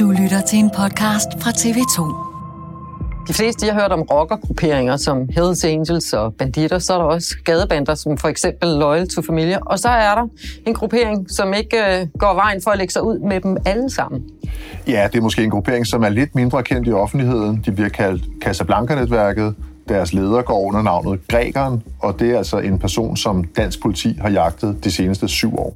Du lytter til en podcast fra TV2. De fleste har hørt om rockergrupperinger som Hells Angels og banditter. Så er der også gadebander som for eksempel Loyal to Familia. Og så er der en gruppering, som ikke går vejen for at lægge sig ud med dem alle sammen. Ja, det er måske en gruppering, som er lidt mindre kendt i offentligheden. De bliver kaldt Casablanca-netværket. Deres leder går under navnet Grækeren, og det er altså en person, som dansk politi har jagtet de seneste 7 år.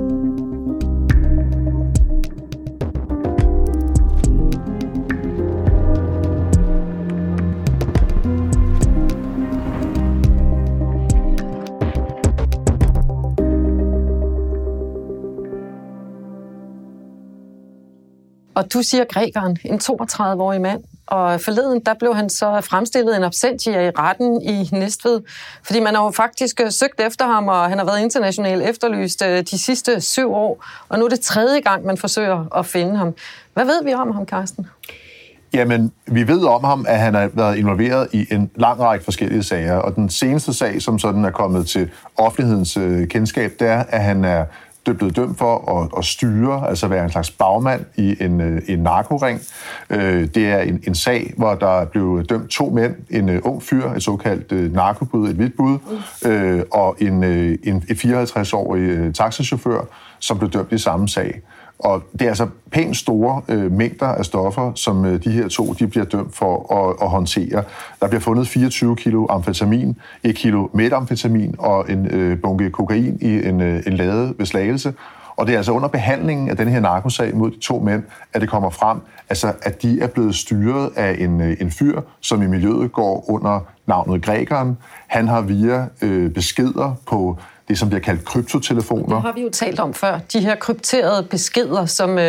Og du siger Grækeren, en 32-årig mand. Og forleden, der blev han så fremstillet en absentia i retten i Næstved, fordi man har jo faktisk søgt efter ham, og han har været internationalt efterlyst de sidste 7 år. Og nu er det 3. gang, man forsøger at finde ham. Hvad ved vi om ham, Carsten? Jamen, vi ved om ham, at han har været involveret i en lang række forskellige sager. Og den seneste sag, som sådan er kommet til offentlighedens kendskab, det er, at han er blevet dømt for at styre, altså være en slags bagmand i en narkoring. Det er en sag, hvor der blev dømt 2 mænd, en ung fyr, et såkaldt narkobud, et hvidt bud, og en 54-årig taxachauffør, som blev dømt i samme sag. Og det er altså pænt store mængder af stoffer, som de her 2 de bliver dømt for at håndtere. Der bliver fundet 24 kilo amfetamin, 1 kilo metamfetamin og en bunke kokain i en lade ved Slagelse. Og det er altså under behandlingen af den her narkosag mod de 2 mænd, at det kommer frem, altså at de er blevet styret af en fyr, som i miljøet går under navnet Grækeren. Han har via beskeder på det, som bliver kaldt kryptotelefoner. Det har vi jo talt om før. De her krypterede beskeder,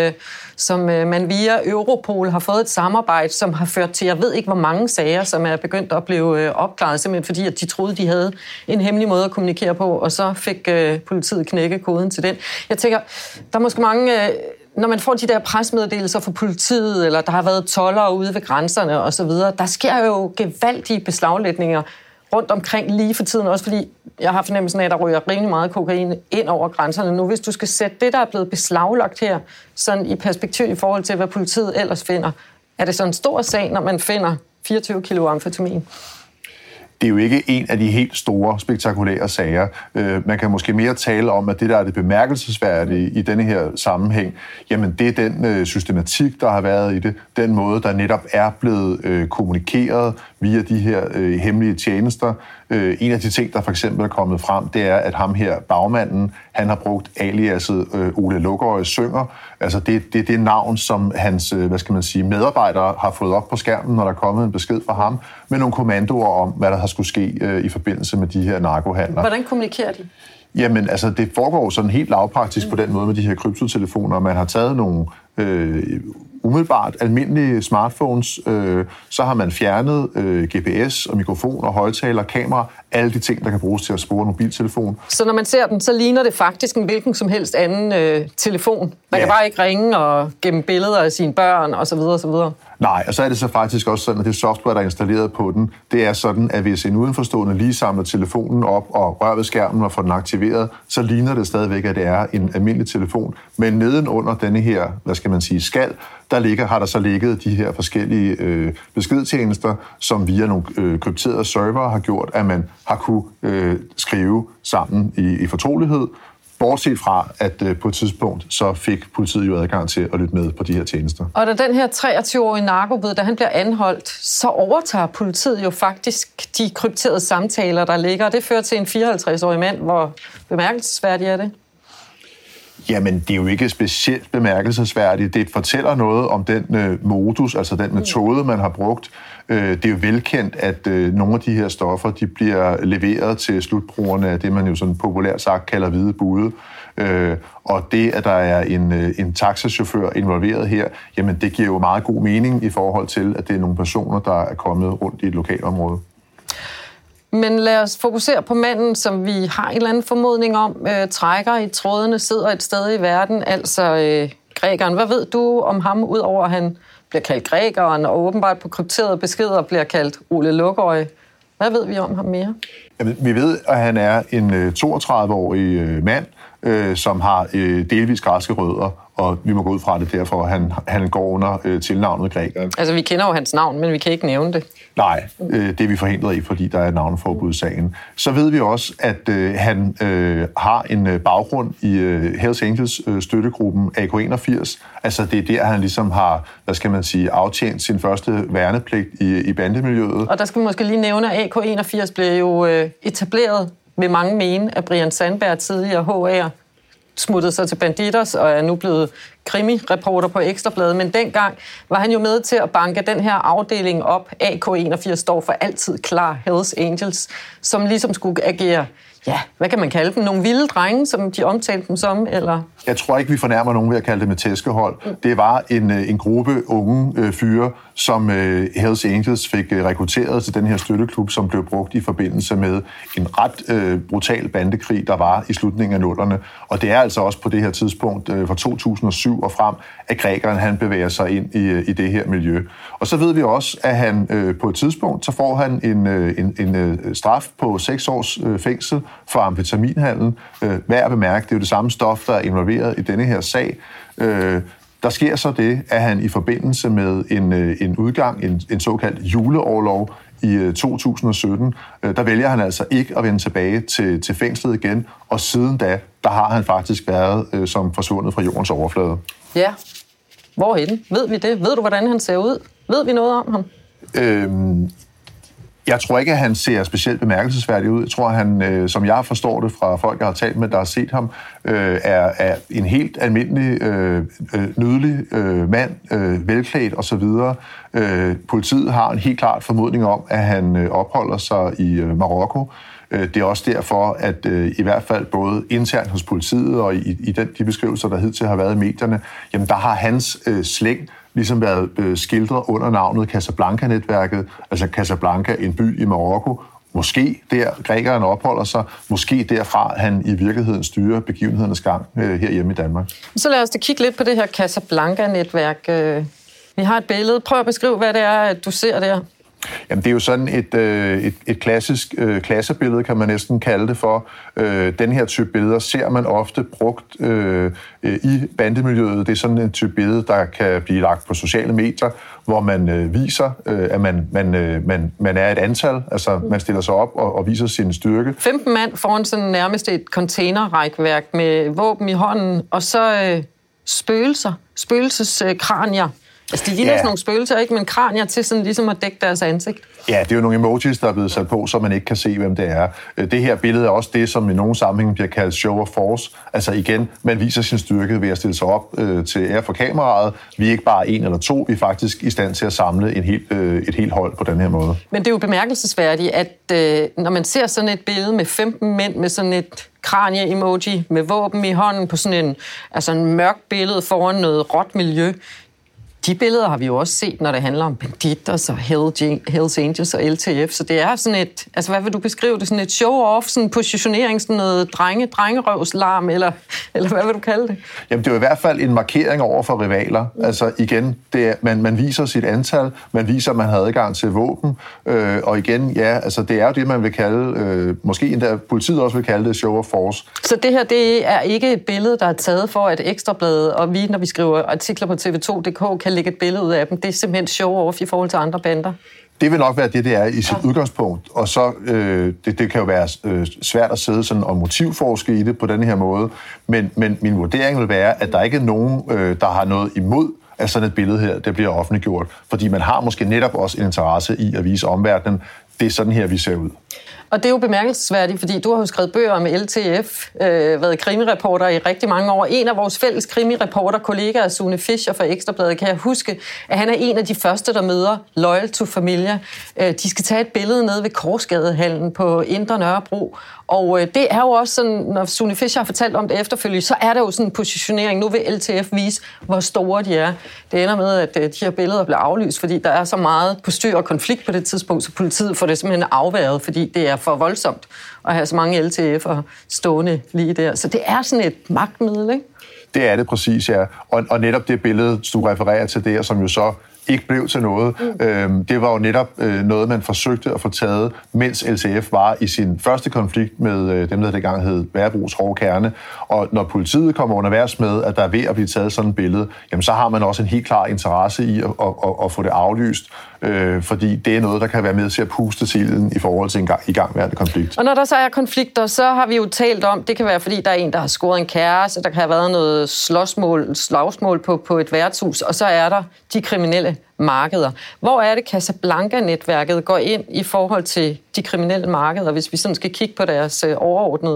som man via Europol har fået et samarbejde, som har ført til, jeg ved ikke hvor mange sager, som er begyndt at blive opklaret, simpelthen fordi, at de troede, de havde en hemmelig måde at kommunikere på, og så fik politiet knækket koden til den. Jeg tænker, der er måske mange... Når man får de der presmeddelelser fra politiet, eller der har været toldere ude ved grænserne osv., der sker jo gevaldige beslaglægninger rundt omkring lige for tiden, også fordi jeg har fornemmelsen af, at der ryger rimelig meget kokain ind over grænserne nu. Hvis du skal sætte det, der er blevet beslaglagt her, sådan i perspektiv i forhold til, hvad politiet ellers finder, er det sådan en stor sag, når man finder 24 kilo amfetamin? Det er jo ikke en af de helt store, spektakulære sager. Man kan måske mere tale om, at det, der er det bemærkelsesværdige i denne her sammenhæng, jamen det er den systematik, der har været i det, den måde, der netop er blevet kommunikeret via de her hemmelige tjenester. En af de ting, der for eksempel er kommet frem, det er, at ham her, bagmanden, han har brugt aliaset Ole Lukøje Synger. Altså det er det navn, som hans, medarbejdere har fået op på skærmen, når der er kommet en besked fra ham, med nogle kommandoer om, hvad der har skulle ske i forbindelse med de her narkohandler. Hvordan kommunikerer de? Jamen, altså det foregår sådan helt lavpraktisk på den måde med de her kryptotelefoner. Man har taget nogle umiddelbart almindelige smartphones, så har man fjernet GPS og mikrofon og højttaler, kamera, alle de ting, der kan bruges til at spore en mobiltelefon. Så når man ser den, så ligner det faktisk en hvilken som helst anden telefon. Man kan bare ikke ringe og gemme billeder af sine børn osv. osv. Nej, og så er det så faktisk også sådan, at det software, der er installeret på den, det er sådan, at hvis en udenforstående lige samler telefonen op og rører ved skærmen og får den aktiveret, så ligner det stadigvæk, at det er en almindelig telefon. Men nedenunder denne her, skal, har der så ligget de her forskellige beskedtjenester, som via nogle krypterede server har gjort, at man har kunne skrive sammen i fortrolighed. Bortset fra, at på et tidspunkt, så fik politiet jo adgang til at lytte med på de her tjenester. Og da den her 23-årige narkobud, da han bliver anholdt, så overtager politiet jo faktisk de krypterede samtaler, der ligger. Det fører til en 54-årig mand. Hvor bemærkelsesværdigt er det? Jamen, det er jo ikke specielt bemærkelsesværdigt. Det fortæller noget om den modus, altså den metode, man har brugt. Det er jo velkendt, at nogle af de her stoffer, de bliver leveret til slutbrugerne af det, man jo sådan populært sagt kalder hvide bude. Og det, at der er en taxachauffør involveret her, jamen det giver jo meget god mening i forhold til, at det er nogle personer, der er kommet rundt i et lokalområde. Men lad os fokusere på manden, som vi har en eller anden formodning om, trækker i trådene, sidder et sted i verden, altså Grækeren. Hvad ved du om ham, udover at han bliver kaldt Grækeren, og åbenbart på krypterede beskeder bliver kaldt Ole Lukøje? Hvad ved vi om ham mere? Jamen, vi ved, at han er en 32-årig mand, som har delvis græske rødder, og vi må gå ud fra det derfor, han går under tilnavnet grækeren. Altså, vi kender jo hans navn, men vi kan ikke nævne det. Nej, det er vi forhindret i, fordi der er navneforbud i sagen. Så ved vi også, at han har en baggrund i Hells Angels støttegruppen AK81. Altså, det er der, han ligesom har, aftjent sin første værnepligt i bandemiljøet. Og der skal vi måske lige nævne, at AK81 blev jo etableret, vil mange mene, af Brian Sandberg, tidligere HA'er, smuttede sig til Bandidos og er nu blevet krimireporter på Ekstrabladet. Men dengang var han jo med til at banke den her afdeling op. AK81 står for altid klar Hells Angels, som ligesom skulle agere, ja, hvad kan man kalde dem? Nogle vilde drenge, som de omtalte dem som, eller? Jeg tror ikke, vi fornærmer nogen ved at kalde det med tæskehold. Det var en gruppe unge fyre, som Hells Angels fik rekrutteret til den her støtteklub, som blev brugt i forbindelse med en ret brutal bandekrig, der var i slutningen af 00'erne. Og det er altså også på det her tidspunkt fra 2007 og frem, at grækeren han bevæger sig ind i det her miljø. Og så ved vi også, at han på et tidspunkt, så får han en straf på 6 års fængsel for amfetaminhandel. Værd at bemærke, det er jo det samme stof, der er involveret i denne her sag. Der sker så det, at han i forbindelse med en udgang, en såkaldt juleorlov i 2017, der vælger han altså ikke at vende tilbage til fængslet igen, og siden da, der har han faktisk været som forsvundet fra jordens overflade. Ja. Hvorhenne? Ved vi det? Ved du, hvordan han ser ud? Ved vi noget om ham? Jeg tror ikke, at han ser specielt bemærkelsesværdig ud. Jeg tror, at han, som jeg forstår det fra folk, jeg har talt med, der har set ham, er en helt almindelig, nydelig mand, velklædt osv. Politiet har en helt klart formodning om, at han opholder sig i Marokko. Det er også derfor, at i hvert fald både internt hos politiet og i de beskrivelser, der hidtil har været i medierne, jamen der har hans slæng ligesom været skildret under navnet Casablanca-netværket, altså Casablanca, en by i Marokko. Måske der grækeren opholder sig, måske derfra han i virkeligheden styrer begivenhedernes gang herhjemme i Danmark. Så lad os da kigge lidt på det her Casablanca-netværk. Vi har et billede. Prøv at beskrive, hvad det er, at du ser der. Jamen, det er jo sådan et klassisk klassebillede, kan man næsten kalde det for. Den her type billeder ser man ofte brugt i bandemiljøet. Det er sådan en type billede, der kan blive lagt på sociale medier, hvor man viser, at man er et antal. Altså, man stiller sig op og viser sin styrke. 15 mand foran sådan nærmest et containerrækværk med våben i hånden, og så spøgelseskranier. Altså, de ligner sådan nogle spøgelser, ikke? Men kranier til sådan ligesom at dække deres ansigt. Ja, det er jo nogle emojis, der er blevet sat på, så man ikke kan se, hvem det er. Det her billede er også det, som i nogle sammenhæng bliver kaldt show of force. Altså igen, man viser sin styrke ved at stille sig op til ære for kameraet. Vi er ikke bare en eller to, vi er faktisk i stand til at samle et helt hold på den her måde. Men det er jo bemærkelsesværdigt, at når man ser sådan et billede med 15 mænd med sådan et kranie-emoji med våben i hånden på sådan en mørk billede foran noget råt miljø. De billeder har vi jo også set, når det handler om Bandidos og Hells Angels og LTF, så det er sådan et, altså hvad vil du beskrive det, sådan et show-off, sådan positionering, sådan noget drengerøvslarm, eller hvad vil du kalde det? Jamen det er jo i hvert fald en markering over for rivaler. Altså igen, man viser sit antal, man viser, at man har adgang til våben, og igen, ja, altså det er jo det, man vil kalde, måske endda politiet også vil kalde det show of force. Så det her, det er ikke et billede, der er taget for, at Ekstrabladet og vi, når vi skriver artikler på TV2.dk, kan lægge et billede ud af dem. Det er simpelthen show-off i forhold til andre bander. Det vil nok være det er i sit udgangspunkt. Og så, det kan jo være svært at sidde sådan og motivforske i det på den her måde. Men min vurdering vil være, at der ikke er nogen, der har noget imod, at sådan et billede her, det bliver offentliggjort. Fordi man har måske netop også en interesse i at vise omverdenen, det er sådan her, vi ser ud. Og det er jo bemærkelsesværdigt, fordi du har jo skrevet bøger om LTF, været krimireporter i rigtig mange år. En af vores fælles krimireporter-kollegaer, Sune Fischer fra Ekstrabladet, kan jeg huske, at han er en af de første, der møder Loyal to Familia. De skal tage et billede nede ved Korsgadehallen på Indre Nørrebro. Og det er jo også sådan, når Sune Fischer har fortalt om det efterfølgende, så er der jo sådan en positionering. Nu vil LTF vise, hvor store de er. Det ender med, at de her billeder bliver aflyst, fordi der er så meget postyr og konflikt på det tidspunkt, så politiet får det simpelthen afværet, fordi det er for voldsomt at have så mange LTF'er stående lige der. Så det er sådan et magtmiddel, ikke? Det er det præcis, ja. Og netop det billede, du refererer til der, som jo så ikke blev til noget. Det var jo netop noget, man forsøgte at få taget, mens LTF var i sin første konflikt med dem, der dengang hed Værebros hårde kerne. Og når politiet kommer under værs med, at der er ved at blive taget sådan et billede, jamen så har man også en helt klar interesse i at få det aflyst, fordi det er noget, der kan være med til at puste til ilden i forhold til en igangværende konflikt. Og når der så er konflikter, så har vi jo talt om, det kan være, fordi der er en, der har scoret en kæreste, der kan have været noget slagsmål på et værtshus, og så er der de kriminelle markeder. Hvor er det, Casablanca-netværket går ind i forhold til de kriminelle markeder, hvis vi sådan skal kigge på deres overordnede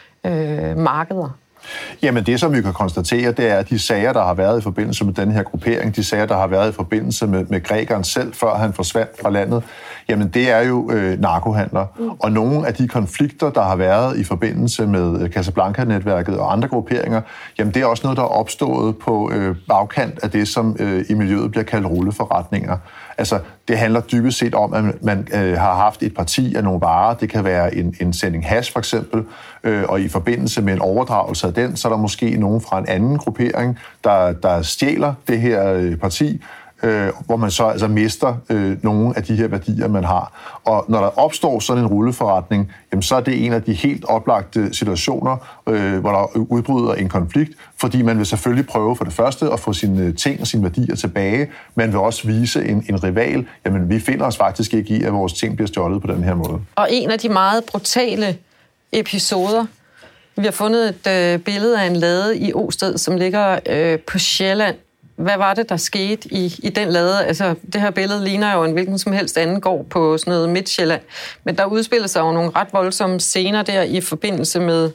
markeder? Jamen det, som vi kan konstatere, det er, at de sager, der har været i forbindelse med den her gruppering, de sager, der har været i forbindelse med grækeren selv, før han forsvandt fra landet, jamen det er jo narkohandler. Og nogle af de konflikter, der har været i forbindelse med Casablanca-netværket og andre grupperinger, jamen det er også noget, der er opstået på bagkant af det, som i miljøet bliver kaldt rulleforretninger. Altså, det handler dybest set om, at man har haft et parti af nogle varer. Det kan være en sending hash, for eksempel, og i forbindelse med en overdragelse af den, så er der måske nogen fra en anden gruppering, der stjæler det her parti, hvor man så altså mister nogle af de her værdier, man har. Og når der opstår sådan en rulleforretning, jamen, så er det en af de helt oplagte situationer, hvor der udbryder en konflikt, fordi man vil selvfølgelig prøve for det første at få sine ting og sine værdier tilbage. Man vil også vise en rival, jamen vi finder os faktisk ikke i, at vores ting bliver stjålet på den her måde. Og en af de meget brutale episoder, vi har fundet et billede af en lade i Osted, som ligger på Sjælland. Hvad var det, der skete i den lade? Altså, det her billede ligner jo en hvilken som helst anden gård på sådan noget Midtjylland. Men der udspiller sig jo nogle ret voldsomme scener der i forbindelse med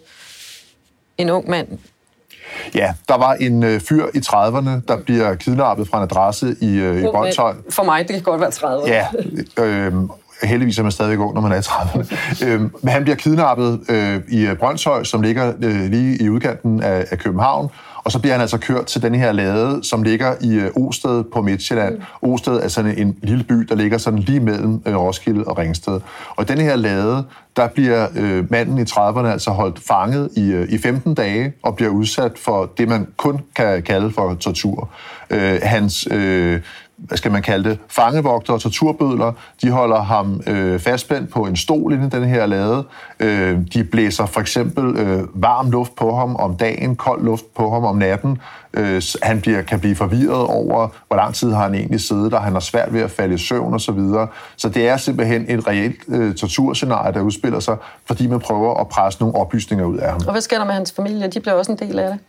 en ung mand. Ja, der var en fyr i 30'erne, der bliver kidnappet fra en adresse i Brønshøj. For mig, det kan godt være 30'erne. Ja, heldigvis er man stadig ung, når man er i 30'erne. Men han bliver kidnappet i Brønshøj, som ligger lige i udkanten af København. Og så bliver han altså kørt til den her lade, som ligger i Osted på Midtjylland. Osted er sådan en lille by, der ligger sådan lige mellem Roskilde og Ringsted. Og i den her lade, der bliver manden i 30'erne altså holdt fanget i 15 dage og bliver udsat for det, man kun kan kalde for tortur. Hans hvad skal man kalde det, fangevogter og torturbødler, de holder ham fastspændt på en stol inde i den her lade. De blæser for eksempel varm luft på ham om dagen, kold luft på ham om natten. Han kan blive forvirret over, hvor lang tid har han egentlig siddet der. Han har svært ved at falde i søvn og så videre. Så det er simpelthen et reelt torturscenarie, der udspiller sig, fordi man prøver at presse nogle oplysninger ud af ham. Og hvad sker der med hans familie? De bliver også en del af det.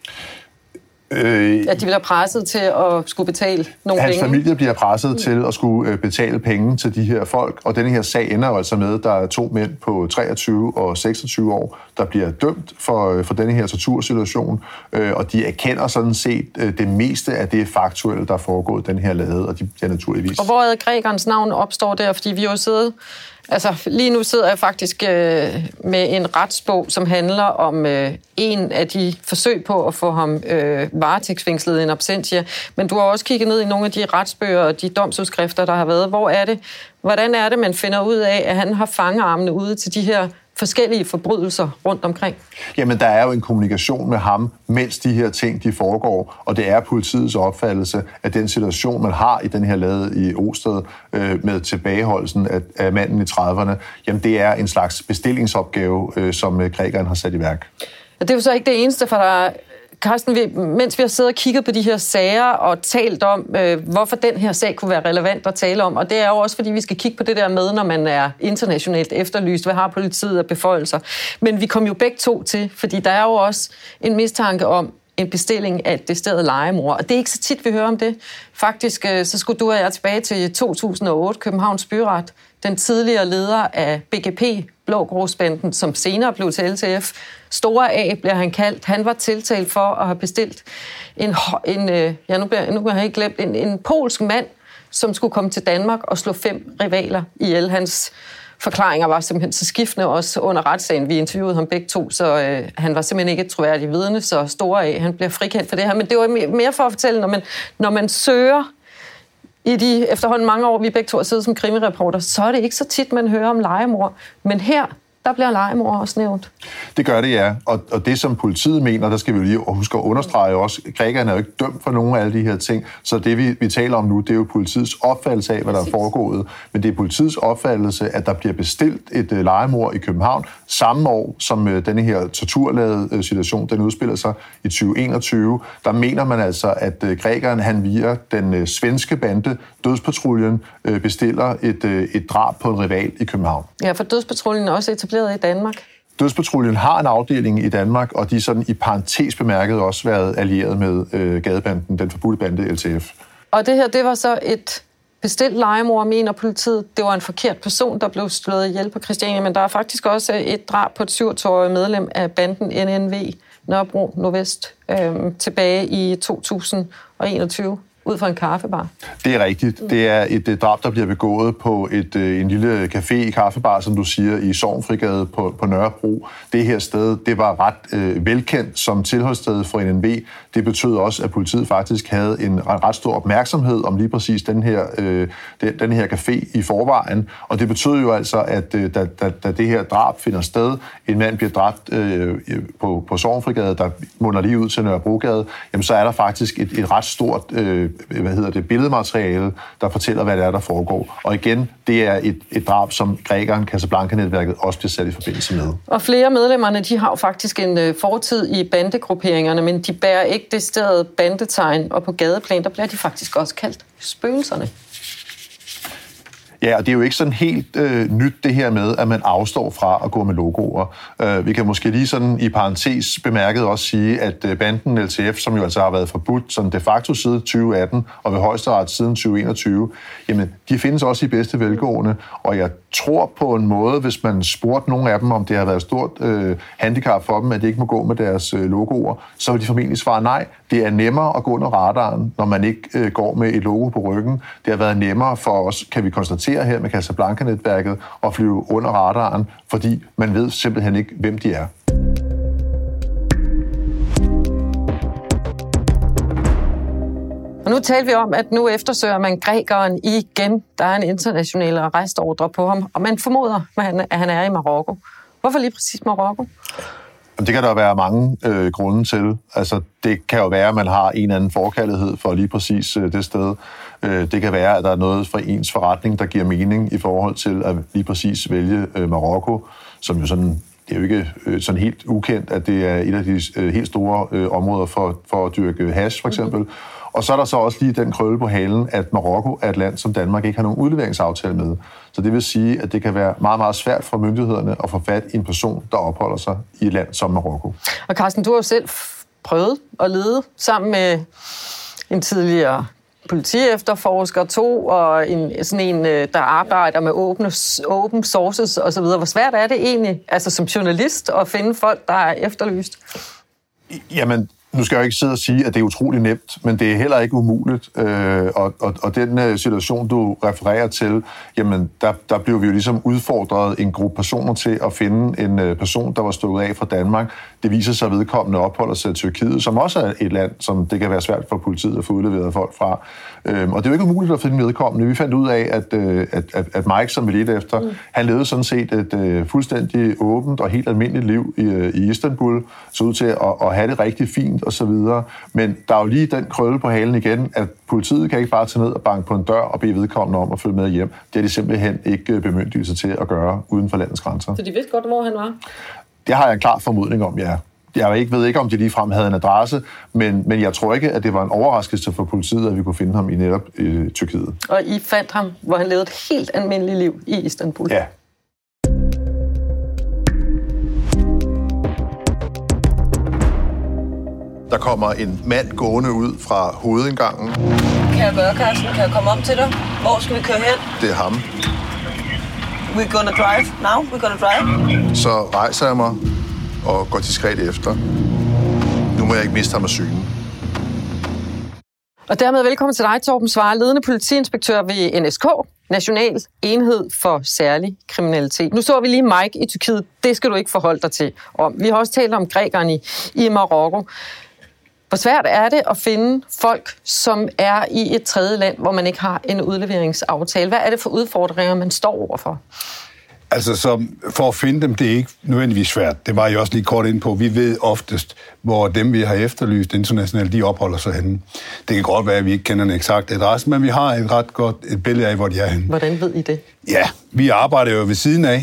At de bliver presset til at skulle betale nogle penge. Hans familie bliver presset til at skulle betale penge til de her folk, og denne her sag ender altså med, at der er 2 mænd på 23 og 26 år, der bliver dømt for denne her tortursituation, og de erkender sådan set det meste af det faktuelle, der er foregået i den her lade, og de bliver naturligvis. Og hvor er grækerens navn opstår der? Fordi vi jo sidder... Altså, lige nu sidder jeg faktisk med en retsbog, som handler om en af de forsøg på at få ham varetægtsfængslet in absentia. Men du har også kigget ned i nogle af de retsbøger og de domsudskrifter, der har været. Hvordan er det, man finder ud af, at han har fangearmene ude til de her forskellige forbrydelser rundt omkring? Jamen, der er jo en kommunikation med ham, mens de her ting de foregår, og det er politiets opfattelse, at den situation, man har i den her lade i Osted med tilbageholdelsen af manden i 30'erne, jamen det er en slags bestillingsopgave, som grækeren har sat i værk. Det er jo så ikke det eneste, for der Carsten, mens vi har siddet og kigget på de her sager og talt om, hvorfor den her sag kunne være relevant at tale om, og det er jo også, fordi vi skal kigge på det der med, når man er internationalt efterlyst, hvad har politiet af beføjelser. Men vi kom jo begge to til, fordi der er jo også en mistanke om en bestilling af et decideret legemord, og det er ikke så tit, vi hører om det. Faktisk, så skulle du og jeg tilbage til 2008, Københavns Byret, den tidligere leder af BGP, Blågrusbanden, som senere blev til LTF. Store A bliver han kaldt. Han var tiltalt for at have bestilt en polsk mand, som skulle komme til Danmark og slå 5 rivaler ihjel. Hans forklaringer var simpelthen så skiftende, også under retssagen. Vi interviewede ham begge to, så han var simpelthen ikke et troværdigt vidne, så Store A, han bliver frikendt for det her. Men det var mere for at fortælle, når man søger i de efterhånden mange år, vi begge to har siddet som krimireporter, så er det ikke så tit, man hører om legemord. Men her, Der bliver lejemord også nævnt. Det gør det, ja. Og det, som politiet mener, der skal vi jo lige huske at understrege også, grækerne er jo ikke dømt for nogle af alle de her ting, så det, vi taler om nu, det er jo politiets opfattelse af, hvad der er foregået, men det er politiets opfattelse, at der bliver bestilt et lejemord i København samme år, som denne her torturlavede situation, den udspiller sig i 2021. Der mener man altså, at grækeren, han via den svenske bande, Dødspatruljen, bestiller et drab på en rival i København. Ja, for Dødspatruljen er også etableret i Danmark. Dødspatruljen har en afdeling i Danmark, og de er sådan i parentes bemærket også været allieret med gadebanden, den forbudte bande LTF. Og det her, det var så et bestilt lejemord, mener politiet. Det var en forkert person, der blev slået ihjel på Christiania, men der er faktisk også et drab på et 27-årigt medlem af banden NNV, Nørrebro Nordvest, tilbage i 2021. Ud fra en kaffebar. Det er rigtigt. Det er et drab, der bliver begået på en lille café i kaffebar, som du siger, i Sorgenfrigade på Nørrebro. Det her sted, det var ret velkendt som tilholdssted for NNV. Det betød også, at politiet faktisk havde en ret stor opmærksomhed om lige præcis den her café i forvejen. Og det betød jo altså, at da det her drab finder sted, en mand bliver dræbt på Sorgenfrigade, der munder lige ud til Nørrebrogade, jamen så er der faktisk et ret stort billedmateriale, der fortæller, hvad det er, der foregår. Og igen, det er et drab, som grækeren Casablanca-netværket også bliver sat i forbindelse med. Og flere medlemmerne, de har jo faktisk en fortid i bandegrupperingerne, men de bærer ikke det sted bandetegn, og på gadeplan, der bliver de faktisk også kaldt spøgelserne. Ja, og det er jo ikke sådan helt nyt det her med, at man afstår fra at gå med logoer. Vi kan måske lige sådan i parentes bemærket også sige, at banden LTF, som jo altså har været forbudt sådan de facto siden 2018 og ved højesteret siden 2021, jamen de findes også i bedste velgående, og jeg tror på en måde, hvis man spurgte nogle af dem, om det har været et stort handicap for dem, at de ikke må gå med deres logoer, så vil de formentlig svare nej. Det er nemmere at gå under radaren, når man ikke går med et logo på ryggen. Det har været nemmere for os, kan vi konstatere her med Casablanca-netværket, at flyve under radaren, fordi man ved simpelthen ikke, hvem de er. Og nu talte vi om, at nu eftersøger man grækeren igen. Der er en international arrestordre på ham, og man formoder, at han er i Marokko. Hvorfor lige præcis Marokko? Det kan der være mange grunde til. Altså, det kan jo være, at man har en anden forkærlighed for lige præcis det sted. Det kan være, at der er noget for ens forretning, der giver mening i forhold til at lige præcis vælge Marokko, som jo sådan, det er jo ikke sådan helt ukendt, at det er et af de helt store områder for at dyrke hash, for eksempel. Og så er der så også lige den krølle på halen, at Marokko er et land, som Danmark ikke har nogen udleveringsaftale med. Så det vil sige, at det kan være meget, meget svært for myndighederne at få fat i en person, der opholder sig i et land som Marokko. Og Carsten, du har jo selv prøvet at lede sammen med en tidligere politiefterforsker, og en, der arbejder med open sources osv. Hvor svært er det egentlig, altså som journalist, at finde folk, der er efterlyst? Jamen, nu skal jeg jo ikke sidde og sige, at det er utrolig nemt, men det er heller ikke umuligt. Og den situation, du refererer til, jamen, der blev vi jo ligesom udfordret en gruppe personer til at finde en person, der var stukket af fra Danmark. Det viser sig, at vedkommende opholder sig i Tyrkiet, som også er et land, som det kan være svært for politiet at få udleveret folk fra. Og det er jo ikke umuligt at finde vedkommende. Vi fandt ud af, at Mike, som vi ledte efter, han levede sådan set et fuldstændig åbent og helt almindeligt liv i Istanbul, så ud til at have det rigtig fint og så videre. Men der er jo lige den krølle på halen igen, at politiet kan ikke bare tage ned og banke på en dør og bede vedkommende om at følge med hjem. Det er de simpelthen ikke bemyndigelse til at gøre uden for landets grænser. Så de vidste godt, hvor han var? Det har jeg en klar formodning om, ja. Jeg ved ikke, om de ligefrem havde en adresse, men jeg tror ikke, at det var en overraskelse for politiet, at vi kunne finde ham i netop Tyrkiet. Og I fandt ham, hvor han levede et helt almindeligt liv i Istanbul? Ja. Der kommer en mand gående ud fra hovedindgangen. Kan jeg gøre, Carsten? Kan jeg komme op til dig? Hvor skal vi køre hen? Det er ham. We're gonna drive now? We're gonna drive? Så rejser jeg mig og går diskret efter. Nu må jeg ikke miste ham af synen. Og dermed velkommen til dig, Torben Svare, ledende politiinspektør ved NSK, National Enhed for Særlig Kriminalitet. Nu så vi lige Mike i Tyrkiet. Det skal du ikke forholde dig til. Og vi har også talt om grækeren i Marokko. Hvor svært er det at finde folk, som er i et tredje land, hvor man ikke har en udleveringsaftale? Hvad er det for udfordringer, man står overfor? Altså, for at finde dem, det er ikke nødvendigvis svært. Det var jeg også lige kort inde på. Vi ved oftest, hvor dem, vi har efterlyst internationalt, de opholder sig henne. Det kan godt være, at vi ikke kender den eksakte adresse, men vi har et ret godt et billede af, hvor de er henne. Hvordan ved I det? Ja, vi arbejder jo ved siden af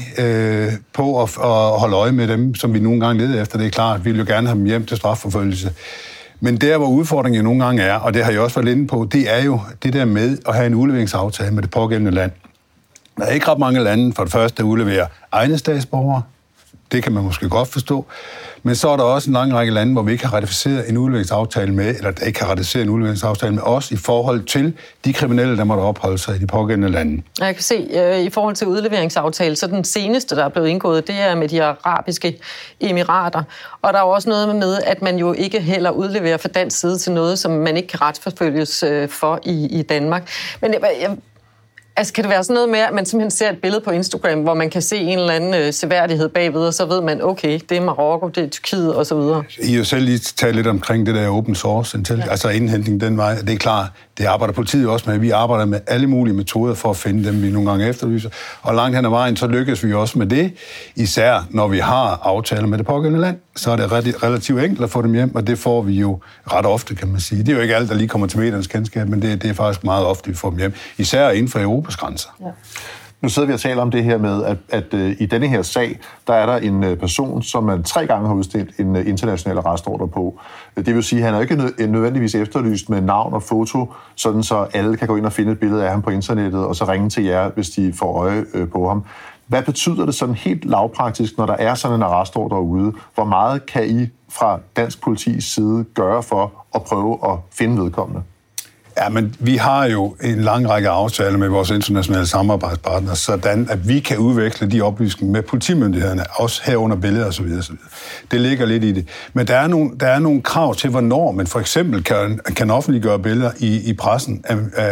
på at holde øje med dem, som vi nogle gange leder efter. Det er klart, vi vil jo gerne have dem hjem til strafforfølgelse. Men der, hvor udfordringen nogle gange er, og det har jeg også været inde på, det er jo det der med at have en udleveringsaftale med det pågældende land. Der er ikke ret mange lande, for det første, der udleverer egne statsborgere. Det kan man måske godt forstå. Men så er der også en lang række lande, hvor vi ikke har ratificeret en udleveringsaftale med, eller der ikke har ratificeret en udleveringsaftale med os i forhold til de kriminelle, der måtte opholde sig i de pågældende lande. Jeg kan se, i forhold til udleveringsaftale, så den seneste, der er blevet indgået, det er med de arabiske emirater. Og der er jo også noget med, at man jo ikke heller udleverer fra dansk side til noget, som man ikke kan retsforfølges for i Danmark. Men altså, kan det være sådan noget med, at man simpelthen ser et billede på Instagram, hvor man kan se en eller anden seværdighed bagved, og så ved man, okay, det er Marokko, det er Tyrkiet og så videre. I har jo selv lige talt lidt omkring det der open source, altså indhentning den vej. Det er klart, det arbejder politiet også med. Vi arbejder med alle mulige metoder for at finde dem, vi nogle gange efterlyser. Og langt hen ad vejen, så lykkes vi også med det. Især når vi har aftaler med det pågældende land, så er det relativt enkelt at få dem hjem, og det får vi jo ret ofte, kan man sige. Det er jo ikke alt, der lige kommer til mediernes kendskab, men det er faktisk meget ofte, vi får dem hjem. Især inden for Europas grænser. Ja. Nu sidder vi og taler om det her med, at i denne her sag, der er der en person, som man 3 gange har udstedt en international arrestordre på. Det vil sige, at han er ikke nødvendigvis efterlyst med navn og foto, sådan så alle kan gå ind og finde et billede af ham på internettet, og så ringe til jer, hvis de får øje på ham. Hvad betyder det sådan helt lavpraktisk, når der er sådan en arrestordre ude? Hvor meget kan I fra dansk politis side gøre for at prøve at finde vedkommende? Ja, men vi har jo en lang række aftaler med vores internationale samarbejdspartnere, sådan at vi kan udveksle de oplysninger med politimyndighederne, også herunder billeder osv. Det ligger lidt i det. Men der er nogle krav til, hvornår man for eksempel kan offentliggøre billeder i pressen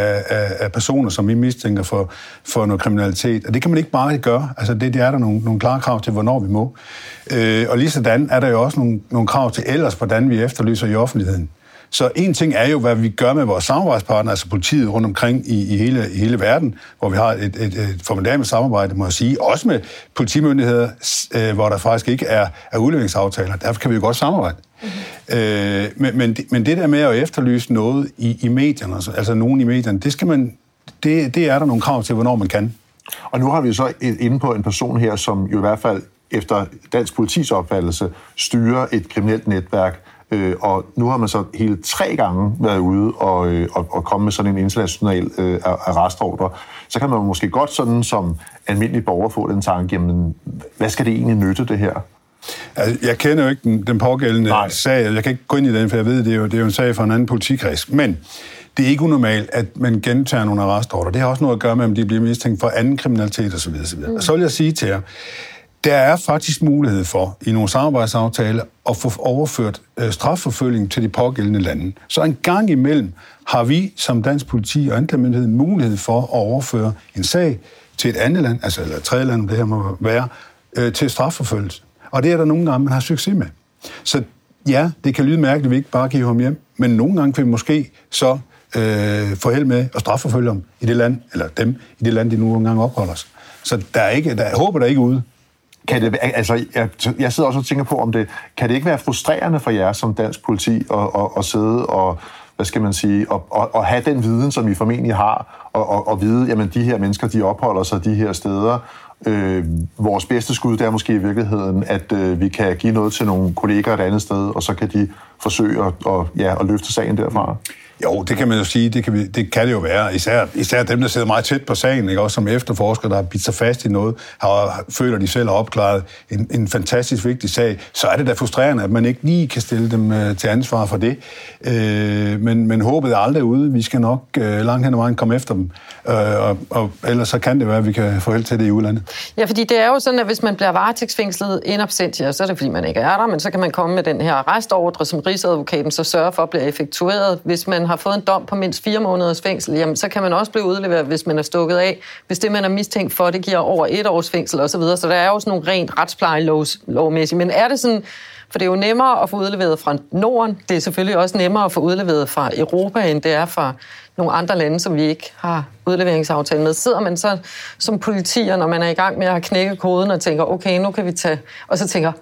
af personer, som vi mistænker for noget kriminalitet. Og det kan man ikke bare gøre. Altså det er der nogle klare krav til, hvornår vi må. Og lige sådan er der jo også nogle krav til ellers, hvordan vi efterlyser i offentligheden. Så en ting er jo, hvad vi gør med vores samarbejdspartnere, altså politiet rundt omkring i hele verden, hvor vi har et formidabelt samarbejde, må jeg sige, også med politimyndigheder, hvor der faktisk ikke er udleveringsaftaler. Derfor kan vi jo godt samarbejde. Mm-hmm. Men det der med at efterlyse noget i medierne, altså nogen i medierne, det er der nogle krav til, hvornår man kan. Og nu har vi så inde på en person her, som jo i hvert fald efter dansk politis opfattelse styrer et kriminelt netværk. Og nu har man så hele 3 gange været ude og komme med sådan en international arrestordre. Så kan man måske godt sådan som almindelig borger få den tanke, jamen, hvad skal det egentlig nytte, det her? Altså, jeg kender jo ikke den pågældende sag. Jeg kan ikke gå ind i den, for jeg ved, det er jo en sag fra en anden politikreds. Men det er ikke unormalt, at man gentager nogle arrestordre. Det har også noget at gøre med, om de bliver mistænkt for anden kriminalitet osv. Og så vil jeg sige til jer, der er faktisk mulighed for, i nogle samarbejdsaftaler, at få overført strafforfølgning til de pågældende lande. Så en gang imellem har vi som dansk politi og anklagemyndighed mulighed for at overføre en sag til et andet land, altså eller et tredje land, det her må være, til strafforfølgelse. Og det er der nogle gange, man har succes med. Så ja, det kan lyde mærkeligt, at vi ikke bare giver ham hjem, men nogle gange kan vi måske så få held med at strafforfølge dem i det land, eller dem i det land, de nu engang opholder sig. Så jeg håber der ikke ude. Kan det, altså, jeg sidder også og tænker på, om det kan det ikke være frustrerende for jer som dansk politi at sidde og, hvad skal man sige, og have den viden, som I formentlig har, og vide, jamen de her mennesker, de opholder sig de her steder. Vores bedste skud, det er måske i virkeligheden, at vi kan give noget til nogle kolleger et andet sted, og så kan de forsøge at løfte sagen derfra. Jo, det kan man jo sige, det kan det jo være. Især dem, der sidder meget tæt på sagen, ikke? Også som efterforskere, der har bidt sig fast i noget, føler de selv har opklaret en fantastisk vigtig sag, så er det da frustrerende, at man ikke lige kan stille dem til ansvar for det. Men håbet er aldrig ude. Vi skal nok langt hen ad vejen komme efter dem. Og ellers så kan det være, at vi kan få held til det i udlandet. Ja, fordi det er jo sådan, at hvis man bliver varetægtsfængslet in absentia, så er det fordi, man ikke er der, men så kan man komme med den her arrestordre, som Rigsadvokaten så sørger for at blive effektueret. Hvis man har fået en dom på mindst 4 måneders fængsel, jamen, så kan man også blive udleveret, hvis man er stukket af. Hvis det, man er mistænkt for, det giver over 1 års fængsel osv. Så der er jo sådan nogle rent retsplejelovmæssigt. Men er det sådan, for det er jo nemmere at få udleveret fra Norden, det er selvfølgelig også nemmere at få udleveret fra Europa, end det er fra nogle andre lande, som vi ikke har udleveringsaftale med. Sidder man så som politi, når man er i gang med at knække koden og tænker, okay, nu kan vi tage, og så tænker,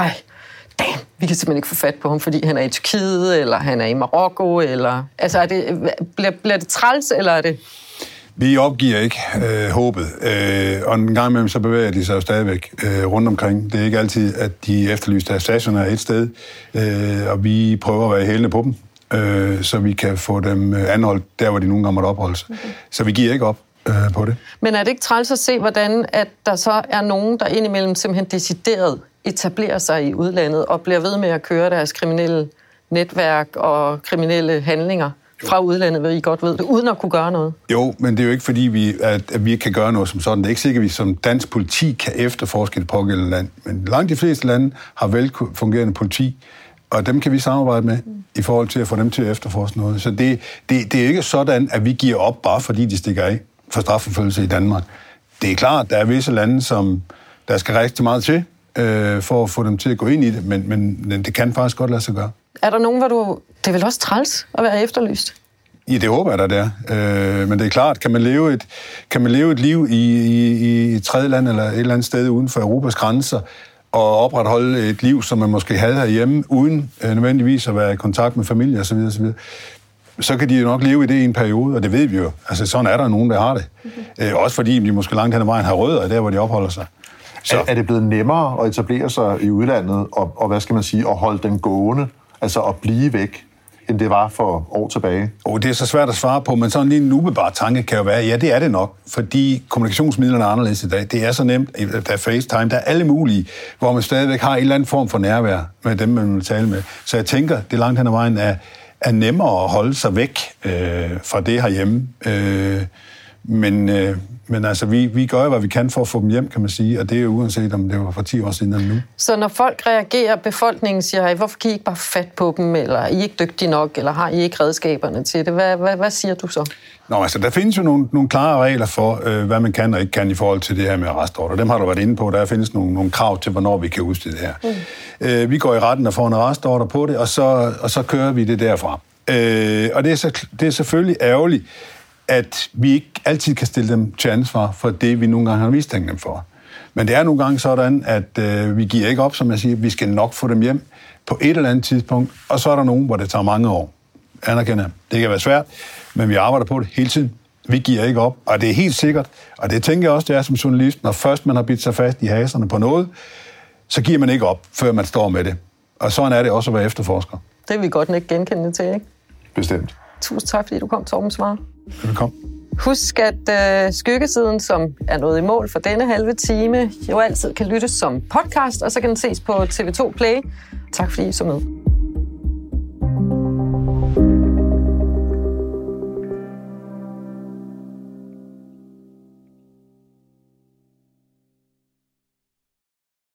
vi kan simpelthen ikke få fat på ham, fordi han er i Tyrkiet, eller han er i Marokko, eller... Altså, bliver det træls, eller er det... Vi opgiver ikke håbet, og en gang imellem så bevæger de sig jo stadigvæk rundt omkring. Det er ikke altid, at de efterlyste er stationære et sted, og vi prøver at være hælende på dem, så vi kan få dem anholdt der, hvor de nogle gange måtte opholde sig. Okay. Så vi giver ikke op på det. Men er det ikke træls at se, hvordan at der så er nogen, der indimellem simpelthen decideret etablerer sig i udlandet og bliver ved med at køre deres kriminelle netværk og kriminelle handlinger fra udlandet, hvor I godt ved det, uden at kunne gøre noget? Jo, men det er jo ikke fordi, at vi ikke kan gøre noget som sådan. Det er ikke sikkert, at vi som dansk politi kan efterforske det pågældende land. Men langt de fleste lande har velfungerende politi, og dem kan vi samarbejde med i forhold til at få dem til at efterforske noget. Så det er ikke sådan, at vi giver op, bare fordi de stikker af for strafforfølgelse i Danmark. Det er klart, der er visse lande, som der skal rigtig meget til, for at få dem til at gå ind i det, men det kan faktisk godt lade sig gøre. Er der nogen, hvor du... Det er vel også træls at være efterlyst? Ja, det håber jeg, der er. Men det er klart, kan man leve et liv i et tredje land eller et eller andet sted uden for Europas grænser, og opretholde et liv, som man måske havde herhjemme, uden nødvendigvis at være i kontakt med familie osv., så kan de jo nok leve i det i en periode, og det ved vi jo. Altså, sådan er der nogen, der har det. Også fordi de måske langt hen ad vejen har rødder der, hvor de opholder sig. Så. Er det blevet nemmere at etablere sig i udlandet, og hvad skal man sige, at holde den gående, altså at blive væk, end det var for år tilbage? Det er så svært at svare på, men sådan lige en ubebar tanke kan jo være, ja, det er det nok, fordi kommunikationsmidlerne er anderledes i dag. Det er så nemt, der er FaceTime, der er alle mulige, hvor man stadigvæk har en eller anden form for nærvær med dem, man vil tale med. Så jeg tænker, det langt hen ad vejen er nemmere at holde sig væk fra det herhjemme. Men altså, vi gør jo, hvad vi kan for at få dem hjem, kan man sige, og det er jo uanset, om det var for 10 år siden eller nu. Så når folk reagerer, befolkningen siger, hvorfor kan I ikke bare fat på dem, eller er I ikke dygtige nok, eller har I ikke redskaberne til det? Hvad siger du så? Nå, altså, der findes jo nogle klare regler for, hvad man kan og ikke kan i forhold til det her med arrestordre. Dem har du været inde på. Der findes nogle krav til, hvornår vi kan udstede det her. Vi går i retten og får en arrestordre på det, og så kører vi det derfra. Og det er selvfølgelig ærgerligt, at vi ikke altid kan stille dem til ansvar for det, vi nogle gange har mistænkt dem for. Men det er nogle gange sådan, at vi giver ikke op, som jeg siger, vi skal nok få dem hjem på et eller andet tidspunkt, og så er der nogen, hvor det tager mange år. Anerkender. Det kan være svært, men vi arbejder på det hele tiden. Vi giver ikke op, og det er helt sikkert, og det tænker jeg også, det er som journalist, når først man har bidt sig fast i haserne på noget, så giver man ikke op, før man står med det. Og sådan er det også at være efterforsker. Det er vi godt ikke genkende til, ikke? Bestemt. Tusind tak, fordi du kom, Torben Svare. Velkommen. Husk, at Skyggesiden, som er nået i mål for denne halve time, jo altid kan lyttes som podcast, og så kan den ses på TV2 Play. Tak fordi I så med.